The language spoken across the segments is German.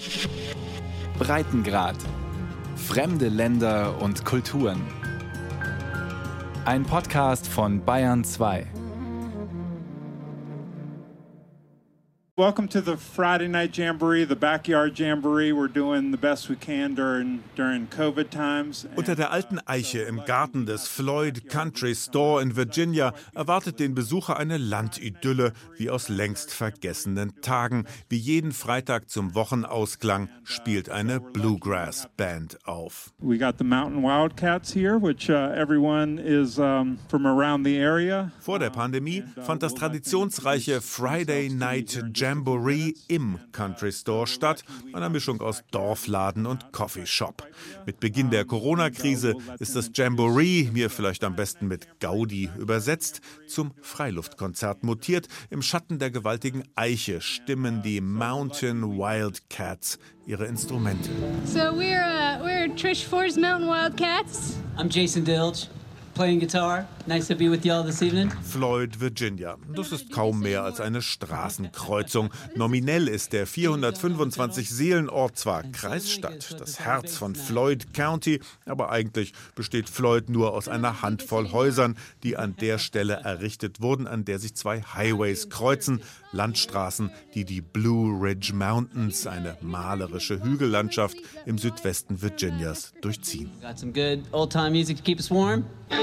Breitengrad. Fremde Länder und Kulturen. Ein Podcast von Bayern 2. Welcome to the Friday Night Jamboree, the Backyard Jamboree. We're doing the best we can during COVID times. Unter der alten Eiche im Garten des Floyd Country Store in Virginia erwartet den Besucher eine Landidylle wie aus längst vergessenen Tagen. Wie jeden Freitag zum Wochenausklang spielt eine Bluegrass-Band auf. We got the Mountain Wildcats here, which everyone is from around the area. Vor der Pandemie fand das traditionsreiche Friday Night Jamboree im Country Store statt, einer Mischung aus Dorfladen und Coffeeshop. Mit Beginn der Corona-Krise ist das Jamboree, mir vielleicht am besten mit Gaudi übersetzt, zum Freiluftkonzert mutiert. Im Schatten der gewaltigen Eiche stimmen die Mountain Wildcats ihre Instrumente. So we're Trish Ford's Mountain Wildcats. I'm Jason Dilge. Playing guitar. Nice to be with y'all this evening. Floyd, Virginia. Das ist kaum mehr als eine Straßenkreuzung. Nominell ist der 425 Seelenort zwar Kreisstadt, das Herz von Floyd County, aber eigentlich besteht Floyd nur aus einer Handvoll Häusern, die an der Stelle errichtet wurden, an der sich zwei Highways kreuzen, Landstraßen, die die Blue Ridge Mountains, eine malerische Hügellandschaft im Südwesten Virginias, durchziehen. Got some good old-time music to keep us warm.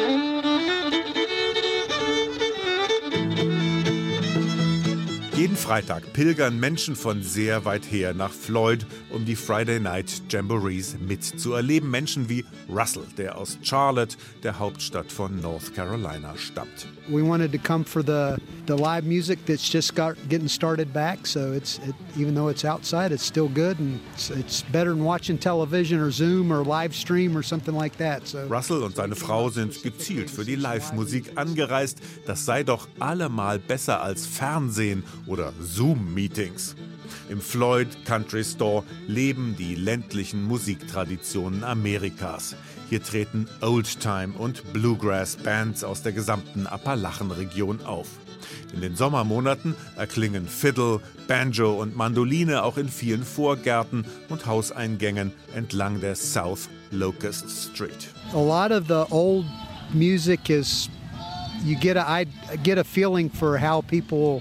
Jeden Freitag pilgern Menschen von sehr weit her nach Floyd, um die Friday Night Jamborees mitzuerleben. Menschen wie Russell, der aus Charlotte, der Hauptstadt von North Carolina, stammt. We wanted to come for the live music that's just getting started back. So even though it's outside, it's still good, and it's better than watching television or Zoom or live stream or something like that. So Russell und seine Frau sind gezielt für die Live-Musik angereist. Das sei doch allemal besser als Fernsehen oder Zoom-Meetings. Im Floyd Country Store leben die ländlichen Musiktraditionen Amerikas. Hier treten Oldtime- und Bluegrass-Bands aus der gesamten Appalachenregion auf. In den Sommermonaten erklingen Fiddle, Banjo und Mandoline auch in vielen Vorgärten und Hauseingängen entlang der South Locust Street. a lot of the old music is I get a feeling for how people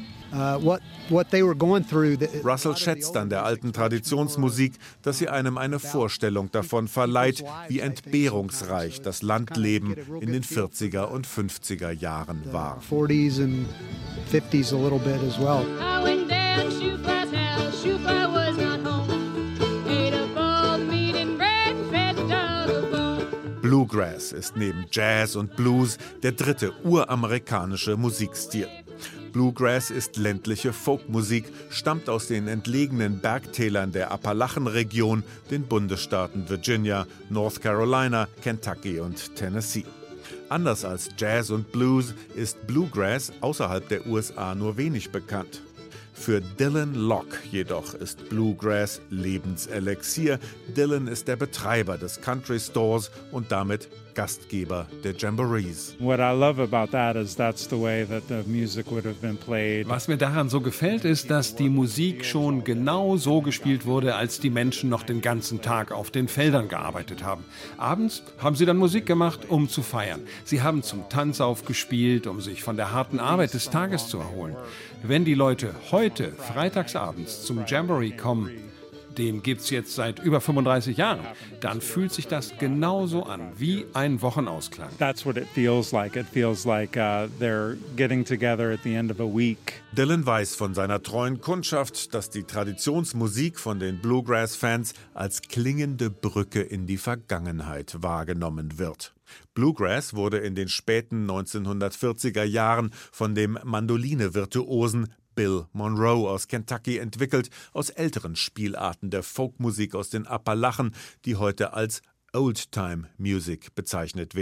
what they were going through. Russell schätzt an der alten Traditionsmusik, dass sie einem eine Vorstellung davon verleiht, wie entbehrungsreich das Landleben in den 40er und 50er Jahren war. 40s and 50s a little bit as well. I went down Shoefly's house. Shoefly was not home. Ate up all the meat and bread and fed the dog a bone. Bluegrass ist neben Jazz und Blues der dritte uramerikanische Musikstil. Bluegrass ist ländliche Folkmusik, stammt aus den entlegenen Bergtälern der Appalachenregion, den Bundesstaaten Virginia, North Carolina, Kentucky und Tennessee. Anders als Jazz und Blues ist Bluegrass außerhalb der USA nur wenig bekannt. Für Dylan Locke jedoch ist Bluegrass Lebenselixier. Dylan ist der Betreiber des Country Stores und damit Gastgeber der Jamborees. What I love about that is that's the way that the music would have been played. Was mir daran so gefällt, ist, dass die Musik schon genau so gespielt wurde, als die Menschen noch den ganzen Tag auf den Feldern gearbeitet haben. Abends haben sie dann Musik gemacht, um zu feiern. Sie haben zum Tanz aufgespielt, um sich von der harten Arbeit des Tages zu erholen. Wenn die Leute heute, freitagsabends, zum Jamboree kommen, den gibt's jetzt seit über 35 Jahren, dann fühlt sich das genauso an wie ein Wochenausklang. That's what it feels like. It feels like they're getting together at the end of a week. Dylan weiß von seiner treuen Kundschaft, dass die Traditionsmusik von den Bluegrass-Fans als klingende Brücke in die Vergangenheit wahrgenommen wird. Bluegrass wurde in den späten 1940er Jahren von dem Mandoline-Virtuosen Bill Monroe aus Kentucky entwickelt, aus älteren Spielarten der Folkmusik aus den Appalachen, die heute als Old-Time Music bezeichnet werden.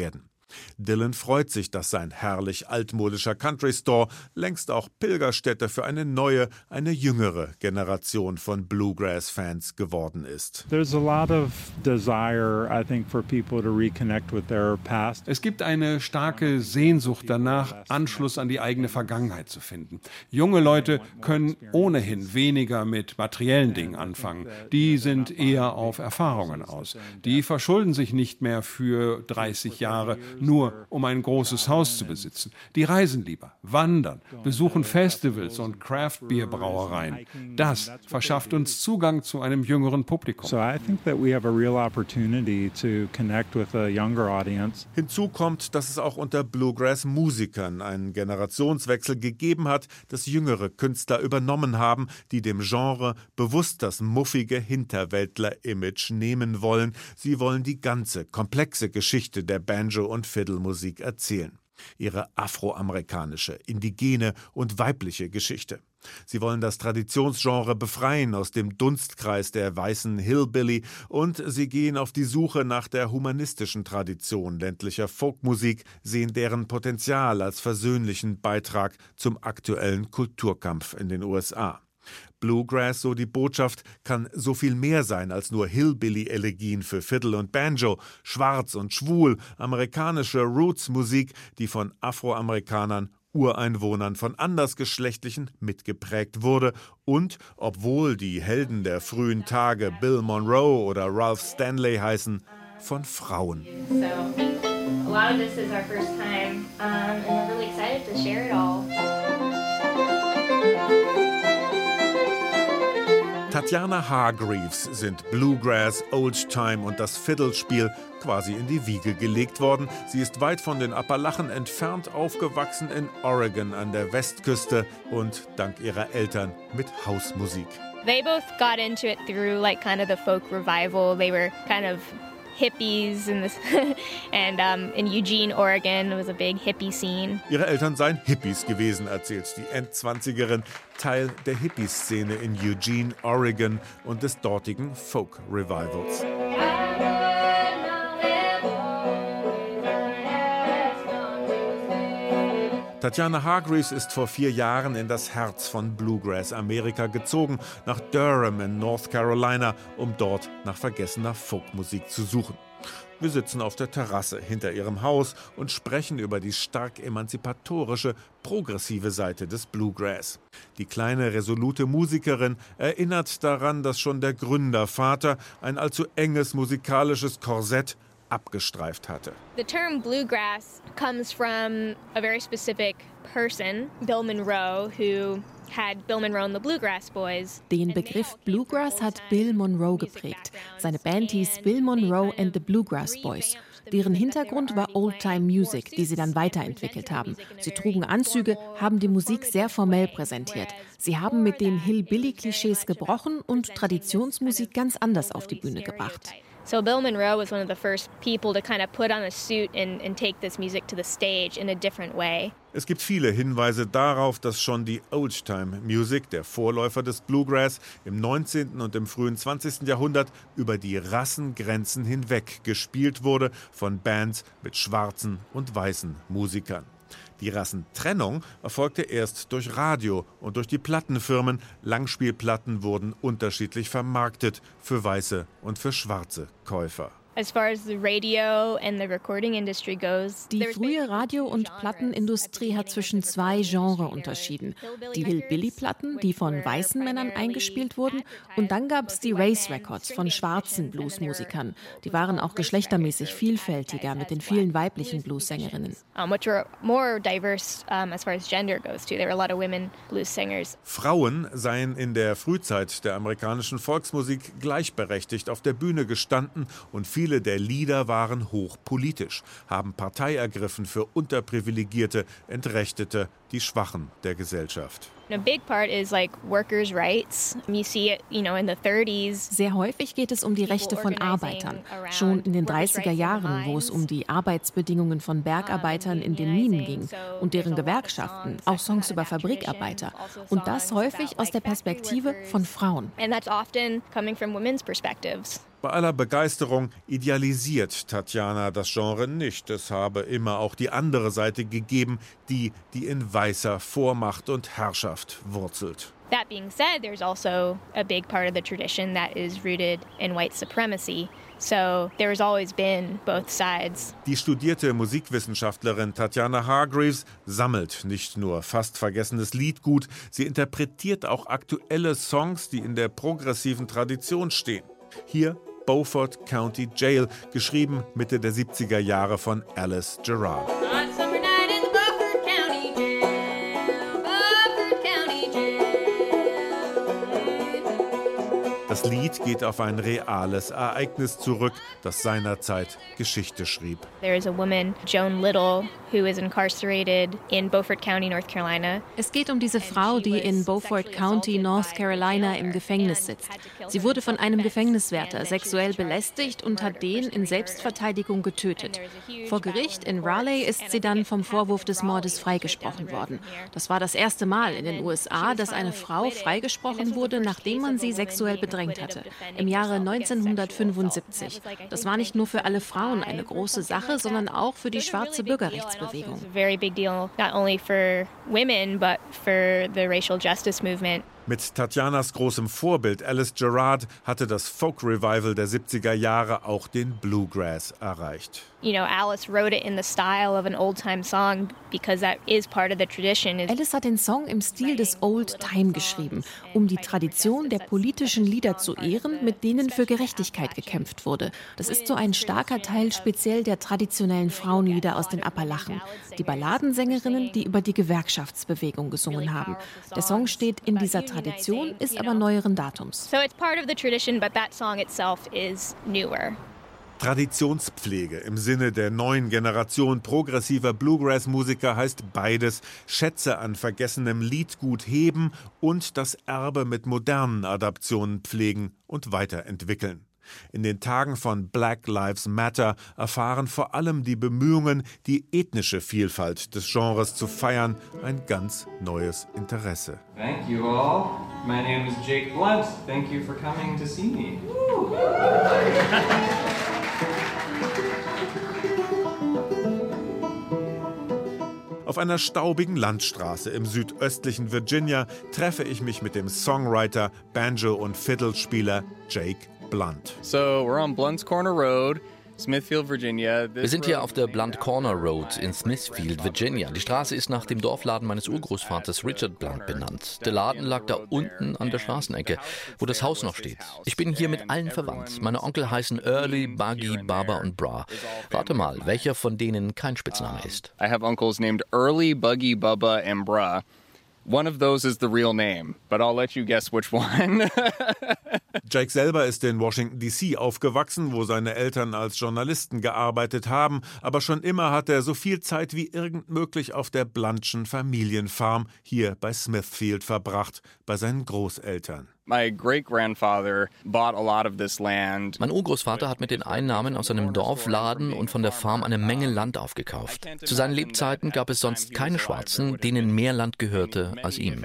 Dylan freut sich, dass sein herrlich altmodischer Country Store längst auch Pilgerstätte für eine neue, eine jüngere Generation von Bluegrass-Fans geworden ist. There's a lot of desire, I think, for people to reconnect with their past. Es gibt eine starke Sehnsucht danach, Anschluss an die eigene Vergangenheit zu finden. Junge Leute können ohnehin weniger mit materiellen Dingen anfangen. Die sind eher auf Erfahrungen aus. Die verschulden sich nicht mehr für 30 Jahre, nur um ein großes Haus zu besitzen. Die reisen lieber, wandern, besuchen Festivals und Craft-Bier-Brauereien. Das verschafft uns Zugang zu einem jüngeren Publikum. So I think that we have a real opportunity to connect with a younger audience. Hinzu kommt, dass es auch unter Bluegrass-Musikern einen Generationswechsel gegeben hat, dass jüngere Künstler übernommen haben, die dem Genre bewusst das muffige Hinterwäldler-Image nehmen wollen. Sie wollen die ganze komplexe Geschichte der Banjo- und Fiddle-Musik erzählen. Ihre afroamerikanische, indigene und weibliche Geschichte. Sie wollen das Traditionsgenre befreien aus dem Dunstkreis der weißen Hillbilly und sie gehen auf die Suche nach der humanistischen Tradition ländlicher Folkmusik, sehen deren Potenzial als versöhnlichen Beitrag zum aktuellen Kulturkampf in den USA. Bluegrass, so die Botschaft, kann so viel mehr sein als nur Hillbilly-Elegien für Fiddle und Banjo, schwarz und schwul, amerikanische Roots-Musik, die von Afroamerikanern, Ureinwohnern von Andersgeschlechtlichen mitgeprägt wurde und, obwohl die Helden der frühen Tage Bill Monroe oder Ralph Stanley heißen, von Frauen. So, a lot of this is our first time, and we're really excited to share it all. Tatjana Hargreaves sind Bluegrass, Oldtime und das Fiddle-Spiel quasi in die Wiege gelegt worden. Sie ist weit von den Appalachen entfernt aufgewachsen in Oregon an der Westküste und dank ihrer Eltern mit Hausmusik. They both got into it through like kind of the folk revival. They were kind of hippies in this and in Eugene, Oregon was a big hippie scene. Ihre Eltern seien Hippies gewesen, erzählt die Endzwanzigerin, Teil der Hippie-Szene in Eugene, Oregon und des dortigen Folk-Revivals. Tatjana Hargreaves ist vor 4 Jahren in das Herz von Bluegrass Amerika gezogen, nach Durham in North Carolina, um dort nach vergessener Folkmusik zu suchen. Wir sitzen auf der Terrasse hinter ihrem Haus und sprechen über die stark emanzipatorische, progressive Seite des Bluegrass. Die kleine, resolute Musikerin erinnert daran, dass schon der Gründervater ein allzu enges musikalisches Korsett abgestreift hatte. The term bluegrass comes from a very specific person, Bill Monroe, who had Bill Monroe and the Bluegrass Boys. Den Begriff Bluegrass hat Bill Monroe geprägt. Seine Band hieß Bill Monroe and the Bluegrass Boys. Deren Hintergrund war Old-Time Music, die sie dann weiterentwickelt haben. Sie trugen Anzüge, haben die Musik sehr formell präsentiert. Sie haben mit den Hillbilly-Klischees gebrochen und Traditionsmusik ganz anders auf die Bühne gebracht. So Bill Monroe was one of the first people to kind of put on a suit and take this music to the stage in a different way. Es gibt viele Hinweise darauf, dass schon die Old-Time-Music, der Vorläufer des Bluegrass, im 19. und im frühen 20. Jahrhundert über die Rassengrenzen hinweg gespielt wurde von Bands mit schwarzen und weißen Musikern. Die Rassentrennung erfolgte erst durch Radio und durch die Plattenfirmen. Langspielplatten wurden unterschiedlich vermarktet für weiße und für schwarze Käufer. As far as the radio and the recording industry goes, die frühe Radio- und Plattenindustrie hat zwischen 2 Genres unterschieden. Die Hillbilly-Platten, die von weißen Männern eingespielt wurden, und dann gab es die Race Records von schwarzen Bluesmusikern. Die waren auch geschlechtermäßig vielfältiger mit den vielen weiblichen Bluessängerinnen. Which were more diverse as far as gender goes too. There were a lot of women blues singers. Frauen seien in der Frühzeit der amerikanischen Volksmusik gleichberechtigt auf der Bühne gestanden und viele der Lieder waren hochpolitisch, haben Partei ergriffen für Unterprivilegierte, Entrechtete, die Schwachen der Gesellschaft. A big part is like workers' rights. You see it, in the 30s. Sehr häufig geht es um die Rechte von Arbeitern. Schon in den 30er Jahren, wo es um die Arbeitsbedingungen von Bergarbeitern in den Minen ging und deren Gewerkschaften, auch Songs über Fabrikarbeiter. Und das häufig aus der Perspektive von Frauen. And that's often coming from women's perspectives. Bei aller Begeisterung idealisiert Tatjana das Genre nicht. Es habe immer auch die andere Seite gegeben, die in weißer Vormacht und Herrschaft wurzelt. That being said, there's also a big part of the tradition that is rooted in white supremacy. So there's always been both sides. Die studierte Musikwissenschaftlerin Tatjana Hargreaves sammelt nicht nur fast vergessenes Liedgut, sie interpretiert auch aktuelle Songs, die in der progressiven Tradition stehen. Hier Beaufort County Jail, geschrieben Mitte der 70er Jahre von Alice Gerrard. Das Lied geht auf ein reales Ereignis zurück, das seinerzeit Geschichte schrieb. There is a woman, Joan Little, who is incarcerated in Beaufort County, North Carolina. Es geht um diese Frau, die in Beaufort County, North Carolina im Gefängnis sitzt. Sie wurde von einem Gefängniswärter sexuell belästigt und hat den in Selbstverteidigung getötet. Vor Gericht in Raleigh ist sie dann vom Vorwurf des Mordes freigesprochen worden. Das war das erste Mal in den USA, dass eine Frau freigesprochen wurde, nachdem man sie sexuell bedrängt hatte, im Jahre 1975. Das war nicht nur für alle Frauen eine große Sache, sondern auch für die schwarze Bürgerrechtsbewegung. Mit Tatjanas großem Vorbild Alice Gerrard hatte das Folk-Revival der 70er Jahre auch den Bluegrass erreicht. You know, Alice wrote it in the style of an old-time song because that is part of the tradition. Alice hat den Song im Stil des Old Time geschrieben, um die Tradition der politischen Lieder zu ehren, mit denen für Gerechtigkeit gekämpft wurde. Das ist so ein starker Teil speziell der traditionellen Frauenlieder aus den Appalachen. Die Balladensängerinnen, die über die Gewerkschaftsbewegung gesungen haben. Der Song steht in dieser Tradition, ist aber neueren Datums. So it's part of the tradition, but that song itself is newer. Traditionspflege im Sinne der neuen Generation progressiver Bluegrass-Musiker heißt beides: Schätze an vergessenem Liedgut heben und das Erbe mit modernen Adaptionen pflegen und weiterentwickeln. In den Tagen von Black Lives Matter erfahren vor allem die Bemühungen, die ethnische Vielfalt des Genres zu feiern, ein ganz neues Interesse. Thank you all. My name is Jake Blunt. Thank you for coming to see me. Auf einer staubigen Landstraße im südöstlichen Virginia treffe ich mich mit dem Songwriter, Banjo- und Fiddle-Spieler Jake Blunt. So we're on Blunt's Corner Road, Smithfield, Virginia. Wir sind hier auf der Blunt Corner Road in Smithfield, Virginia. Die Straße ist nach dem Dorfladen meines Urgroßvaters Richard Blunt benannt. Der Laden lag da unten an der Straßenecke, wo das Haus noch steht. Ich bin hier mit allen verwandt. Meine Onkel heißen Early, Buggy, Baba und Bra. Rate mal, welcher von denen kein Spitzname ist. I have uncles named Early, Buggy, Bubba and Bra. One of those is the real name, but I'll let you guess which one. Jake selber ist in Washington D.C. aufgewachsen, wo seine Eltern als Journalisten gearbeitet haben, aber schon immer hat er so viel Zeit wie irgend möglich auf der Bluntschen Familienfarm hier bei Smithfield verbracht, bei seinen Großeltern. My great-grandfather bought a lot of this land. Mein Urgroßvater hat mit den Einnahmen aus seinem Dorfladen und von der Farm eine Menge Land aufgekauft. Zu seinen Lebzeiten gab es sonst keine Schwarzen, denen mehr Land gehörte als ihm.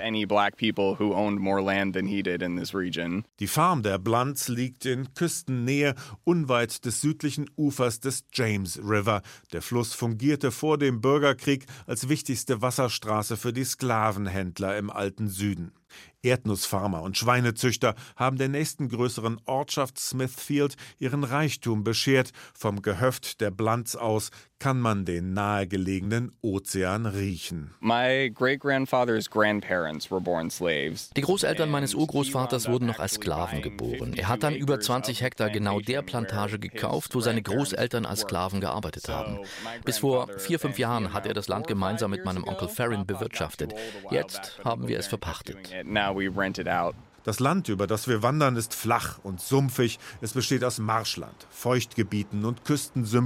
Die Farm der Blunts liegt in Küstennähe, unweit des südlichen Ufers des James River. Der Fluss fungierte vor dem Bürgerkrieg als wichtigste Wasserstraße für die Sklavenhändler im alten Süden. Erdnussfarmer und Schweinezüchter haben der nächsten größeren Ortschaft Smithfield ihren Reichtum beschert. Vom Gehöft der Blunts aus kann man den nahegelegenen Ozean riechen. My great-grandfather's grandparents were born slaves. Die Großeltern meines Urgroßvaters wurden noch als Sklaven geboren. Er hat dann über 20 Hektar genau der Plantage gekauft, wo seine Großeltern als Sklaven gearbeitet haben. Bis vor 4-5 Jahren hat er das Land gemeinsam mit meinem Onkel Farron bewirtschaftet. Jetzt haben wir es verpachtet. Das Land, über das wir wandern, ist flach und sumpfig. Es besteht aus Marschland, Feuchtgebieten und Küstensümpfen,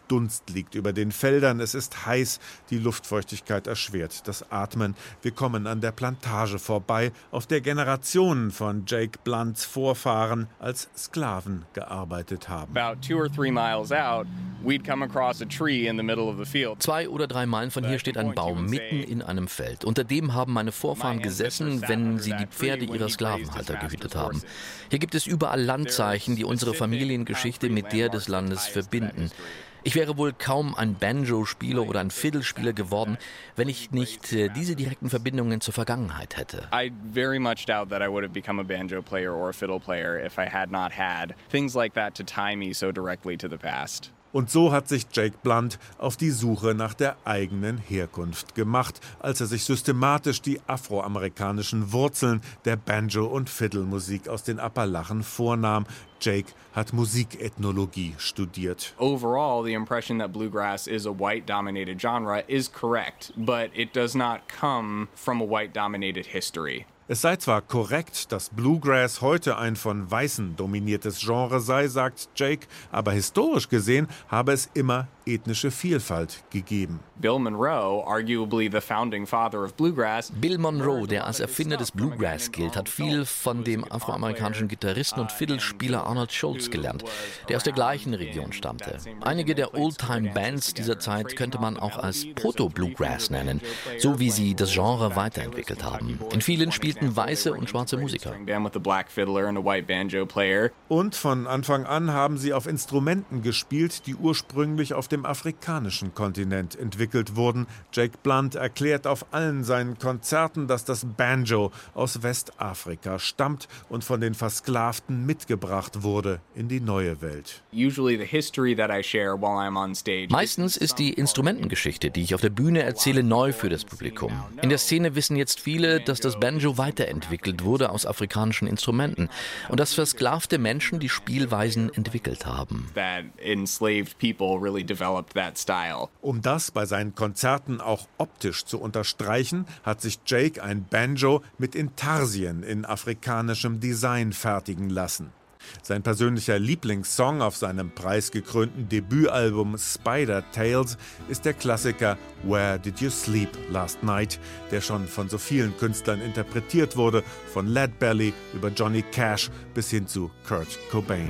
Dunst liegt über den Feldern, es ist heiß, die Luftfeuchtigkeit erschwert das Atmen. Wir kommen an der Plantage vorbei, auf der Generationen von Jake Blunts Vorfahren als Sklaven gearbeitet haben. About 2 or 3 miles out, we'd come across a tree in the middle of the field. 2 oder 3 Meilen von hier steht ein Baum mitten in einem Feld. Unter dem haben meine Vorfahren gesessen, wenn sie die Pferde ihrer Sklavenhalter gehütet haben. Hier gibt es überall Landzeichen, die unsere Familiengeschichte mit der des Landes verbinden. Ich wäre wohl kaum ein Banjo-Spieler oder ein Fiddle-Spieler geworden, wenn ich nicht diese direkten Verbindungen zur Vergangenheit hätte. I very much doubt that I would have become a banjo player or a fiddle player if I had not had things like that to tie me so directly to the past. Und so hat sich Jake Blunt auf die Suche nach der eigenen Herkunft gemacht, als er sich systematisch die afroamerikanischen Wurzeln der Banjo- und Fiddle-Musik aus den Appalachen vornahm. Jake hat Musikethnologie studiert. Overall, the impression that bluegrass is a white-dominated genre is correct, but it does not come from a white-dominated history. Es sei zwar korrekt, dass Bluegrass heute ein von Weißen dominiertes Genre sei, sagt Jake, aber historisch gesehen habe es immer ethnische Vielfalt gegeben. Bill Monroe, arguably the founding father of bluegrass. Bill Monroe, der als Erfinder des Bluegrass gilt, hat viel von dem afroamerikanischen Gitarristen und Fiddlespieler Arnold Schultz gelernt, der aus der gleichen Region stammte. Einige der Oldtime-Bands dieser Zeit könnte man auch als Proto-Bluegrass nennen, so wie sie das Genre weiterentwickelt haben. In vielen spielten weiße und schwarze Musiker. Und von Anfang an haben sie auf Instrumenten gespielt, die ursprünglich auf dem afrikanischen Kontinent entwickelt wurden. Jake Blunt erklärt auf allen seinen Konzerten, dass das Banjo aus Westafrika stammt und von den Versklavten mitgebracht wurde in die neue Welt. Meistens ist die Instrumentengeschichte, die ich auf der Bühne erzähle, neu für das Publikum. In der Szene wissen jetzt viele, dass das Banjo weiterentwickelt wurde aus afrikanischen Instrumenten und dass versklavte Menschen die Spielweisen entwickelt haben. Um das bei seinen Konzerten auch optisch zu unterstreichen, hat sich Jake ein Banjo mit Intarsien in afrikanischem Design fertigen lassen. Sein persönlicher Lieblingssong auf seinem preisgekrönten Debütalbum Spider Tales ist der Klassiker Where Did You Sleep Last Night, der schon von so vielen Künstlern interpretiert wurde, von Lead Belly über Johnny Cash bis hin zu Kurt Cobain.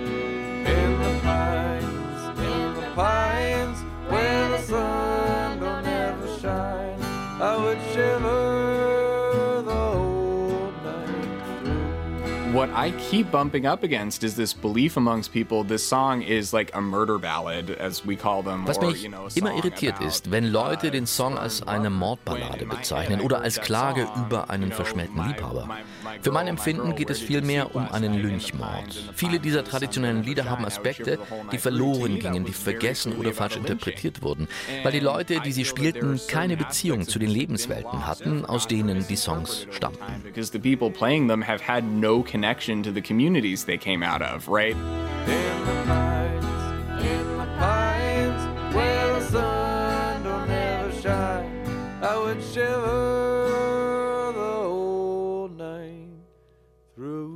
Pines where the sun don't ever shine, I would shiver the whole night through. What I keep bumping up against is this belief amongst people this song is like a murder ballad, as we call them. Was mich immer irritiert ist, wenn Leute den Song als eine Mordballade bezeichnen oder als Klage über einen verschmähten Liebhaber. Für mein Empfinden geht es vielmehr um einen Lynchmord. Viele dieser traditionellen Lieder haben Aspekte, die verloren gingen, die vergessen oder falsch interpretiert wurden, weil die Leute, die sie spielten, keine Beziehung zu den Lebenswelten hatten, aus denen die Songs stammten. Because the people playing them have had no connection to the communities they came out of, right? In the pines, where the sun don't ever shine, I would shiver the whole night through.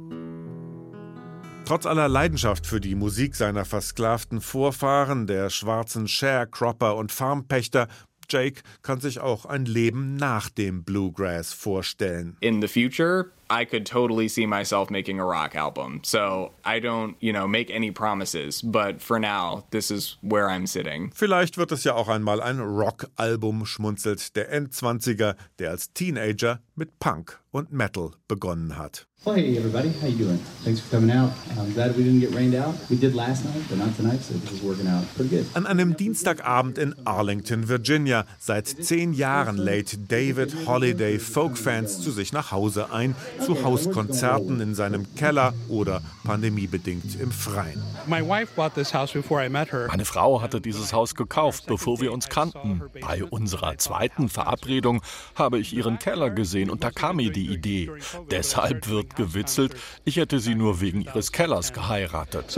Trotz aller Leidenschaft für die Musik seiner versklavten Vorfahren, der schwarzen Sharecropper und Farmpächter, Jake kann sich auch ein Leben nach dem Bluegrass vorstellen. In the future, I could totally see myself making a rock album. So I don't, make any promises. But for now, this is where I'm sitting. Vielleicht wird es ja auch einmal ein Rock-Album, schmunzelt der Endzwanziger, der als Teenager mit Punk und Metal begonnen hat. Hey everybody, how you doing? Thanks for coming out. I'm glad we didn't get rained out. We did last night, but not tonight, so this is working out pretty good. An einem Dienstagabend in Arlington, Virginia. Seit 10 Jahren lädt David Holiday Folkfans zu sich nach Hause ein, zu Hauskonzerten in seinem Keller oder pandemiebedingt im Freien. Meine Frau hatte dieses Haus gekauft, bevor wir uns kannten. Bei unserer zweiten Verabredung habe ich ihren Keller gesehen und da kam mir die Idee. Deshalb wird gewitzelt, ich hätte sie nur wegen ihres Kellers geheiratet.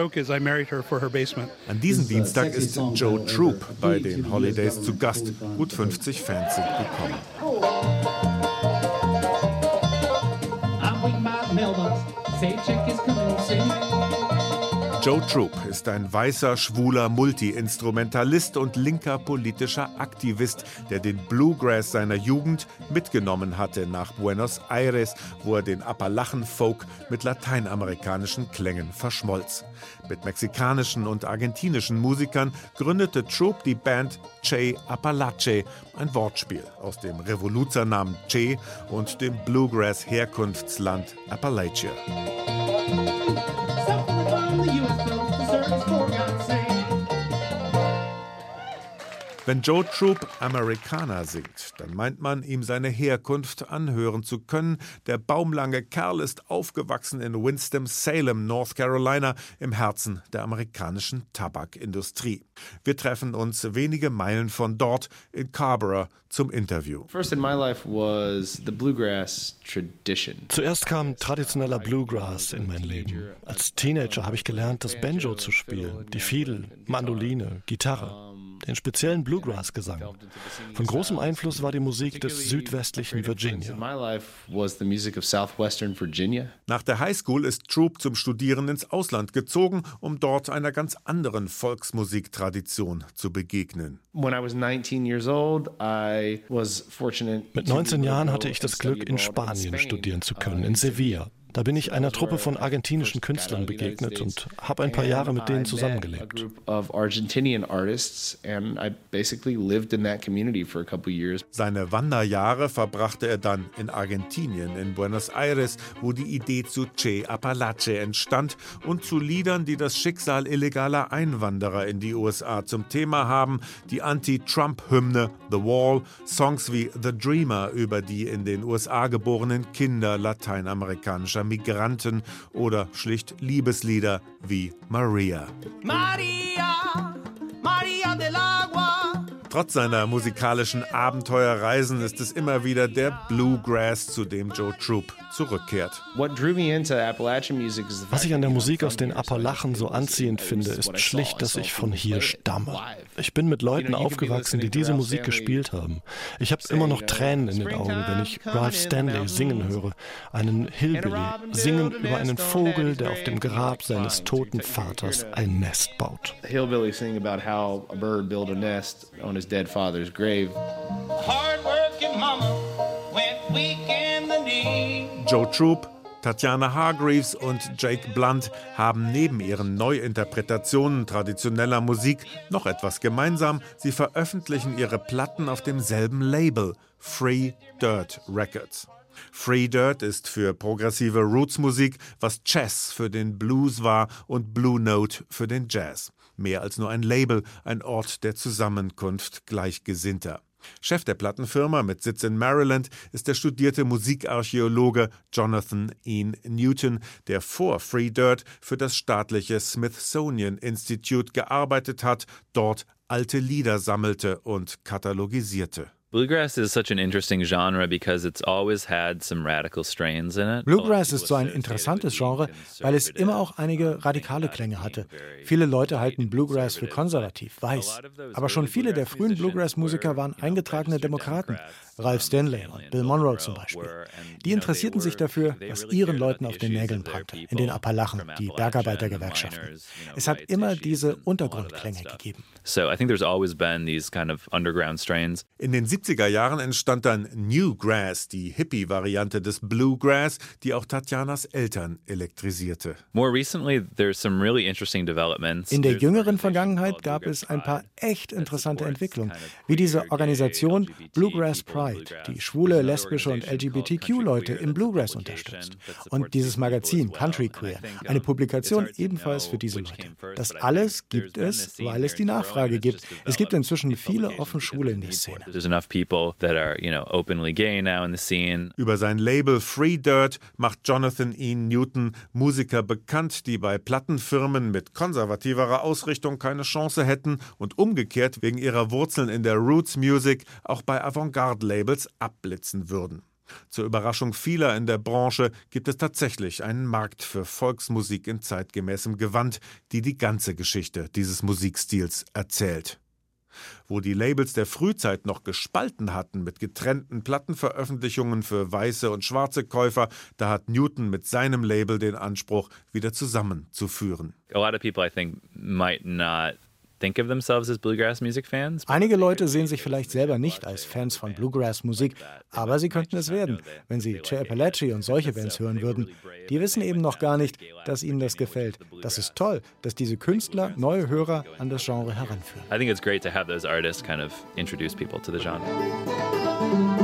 An diesem Dienstag ist Joe Troop bei den Holidays zu Gast. Gut 50 Fans sind gekommen. Joe Troop ist ein weißer, schwuler Multi-Instrumentalist und linker politischer Aktivist, der den Bluegrass seiner Jugend mitgenommen hatte nach Buenos Aires, wo er den Appalachen-Folk mit lateinamerikanischen Klängen verschmolz. Mit mexikanischen und argentinischen Musikern gründete Troop die Band Che Apalache, ein Wortspiel aus dem Revoluzernamen Che und dem Bluegrass-Herkunftsland Appalachia. Wenn Joe Troop Americana singt, dann meint man, ihm seine Herkunft anhören zu können. Der baumlange Kerl ist aufgewachsen in Winston-Salem, North Carolina, im Herzen der amerikanischen Tabakindustrie. Wir treffen uns wenige Meilen von dort in Carrboro zum Interview. Zuerst kam traditioneller Bluegrass in mein Leben. Als Teenager habe ich gelernt, das Banjo zu spielen, die Fiedel, Mandoline, Gitarre. Den speziellen Bluegrass-Gesang. Von großem Einfluss war die Musik des südwestlichen Virginia. Nach der Highschool ist Troop zum Studieren ins Ausland gezogen, um dort einer ganz anderen Volksmusiktradition zu begegnen. Mit 19 Jahren hatte ich das Glück, in Spanien studieren zu können, in Sevilla. Da bin ich einer Truppe von argentinischen Künstlern begegnet und habe ein paar Jahre mit denen zusammengelebt. Seine Wanderjahre verbrachte er dann in Argentinien, in Buenos Aires, wo die Idee zu Che Apalache entstand und zu Liedern, die das Schicksal illegaler Einwanderer in die USA zum Thema haben, die Anti-Trump-Hymne The Wall, Songs wie The Dreamer über die in den USA geborenen Kinder lateinamerikanischer Migranten oder schlicht Liebeslieder wie Maria. Maria, Maria del Agua. Trotz seiner musikalischen Abenteuerreisen ist es immer wieder der Bluegrass, zu dem Joe Troop zurückkehrt. Was ich an der Musik aus den Appalachen so anziehend finde, ist schlicht, dass ich von hier stamme. Ich bin mit Leuten aufgewachsen, die diese Musik gespielt haben. Ich habe immer noch Tränen in den Augen, wenn ich Ralph Stanley singen höre, einen Hillbilly singen über einen Vogel, der auf dem Grab seines toten Vaters ein Nest baut. Hillbilly sing about how a bird built a nest on his dead father's grave. Hard-working mama went weak in the knee. Joe Troop, Tatjana Hargreaves und Jake Blunt haben neben ihren Neuinterpretationen traditioneller Musik noch etwas gemeinsam. Sie veröffentlichen ihre Platten auf demselben Label, Free Dirt Records. Free Dirt ist für progressive Roots-Musik, was Jazz für den Blues war und Blue Note für den Jazz. Mehr als nur ein Label, ein Ort der Zusammenkunft Gleichgesinnter. Chef der Plattenfirma mit Sitz in Maryland ist der studierte Musikarchäologe Jonathan Ian Newton, der vor Free Dirt für das staatliche Smithsonian Institute gearbeitet hat, dort alte Lieder sammelte und katalogisierte. Bluegrass is such an interesting genre because it's always had some radical strains in it. Bluegrass ist so ein interessantes Genre, weil es immer auch einige radikale Klänge hatte. Viele Leute halten Bluegrass für konservativ, weiß. Aber schon viele der frühen Bluegrass-Musiker waren eingetragene Demokraten. Ralph Stanley und Bill Monroe zum Beispiel. Die interessierten sich dafür, was ihren Leuten auf den Nägeln brannte, in den Appalachen, die Bergarbeitergewerkschaften. Es hat immer diese Untergrundklänge gegeben. So I think there's always been these kind of underground strains. In den 70er Jahren entstand dann Newgrass, die Hippie-Variante des Bluegrass, die auch Tatjanas Eltern elektrisierte. More recently, there's some really interesting developments. In der jüngeren Vergangenheit gab es ein paar echt interessante Entwicklungen, wie diese Organisation Bluegrass Pride, die schwule, lesbische und LGBTQ-Leute im Bluegrass unterstützt. Und dieses Magazin Country Queer, eine Publikation ebenfalls für diese Leute. Das alles gibt es, weil es die Nachfrage gibt. Es gibt inzwischen viele offen Schwule in der Szene. Über sein Label Free Dirt macht Jonathan Ian Newton Musiker bekannt, die bei Plattenfirmen mit konservativerer Ausrichtung keine Chance hätten und umgekehrt wegen ihrer Wurzeln in der Roots Music auch bei Avantgarde-Labels abblitzen würden. Zur Überraschung vieler in der Branche gibt es tatsächlich einen Markt für Volksmusik in zeitgemäßem Gewand, die die ganze Geschichte dieses Musikstils erzählt. Wo die Labels der Frühzeit noch gespalten hatten mit getrennten Plattenveröffentlichungen für weiße und schwarze Käufer, da hat Newton mit seinem Label den Anspruch, wieder zusammenzuführen. A lot of people, I think, might not think of themselves as bluegrass music fans. Einige Leute sehen sich vielleicht selber nicht als Fans von Bluegrass-Musik, aber sie könnten es werden, wenn sie Che Apalache und solche Bands hören würden. Die wissen eben noch gar nicht, dass ihnen das gefällt. Das ist toll, dass diese Künstler neue Hörer an das Genre heranführen. I think it's great to have those artists kind of introduce people to the genre.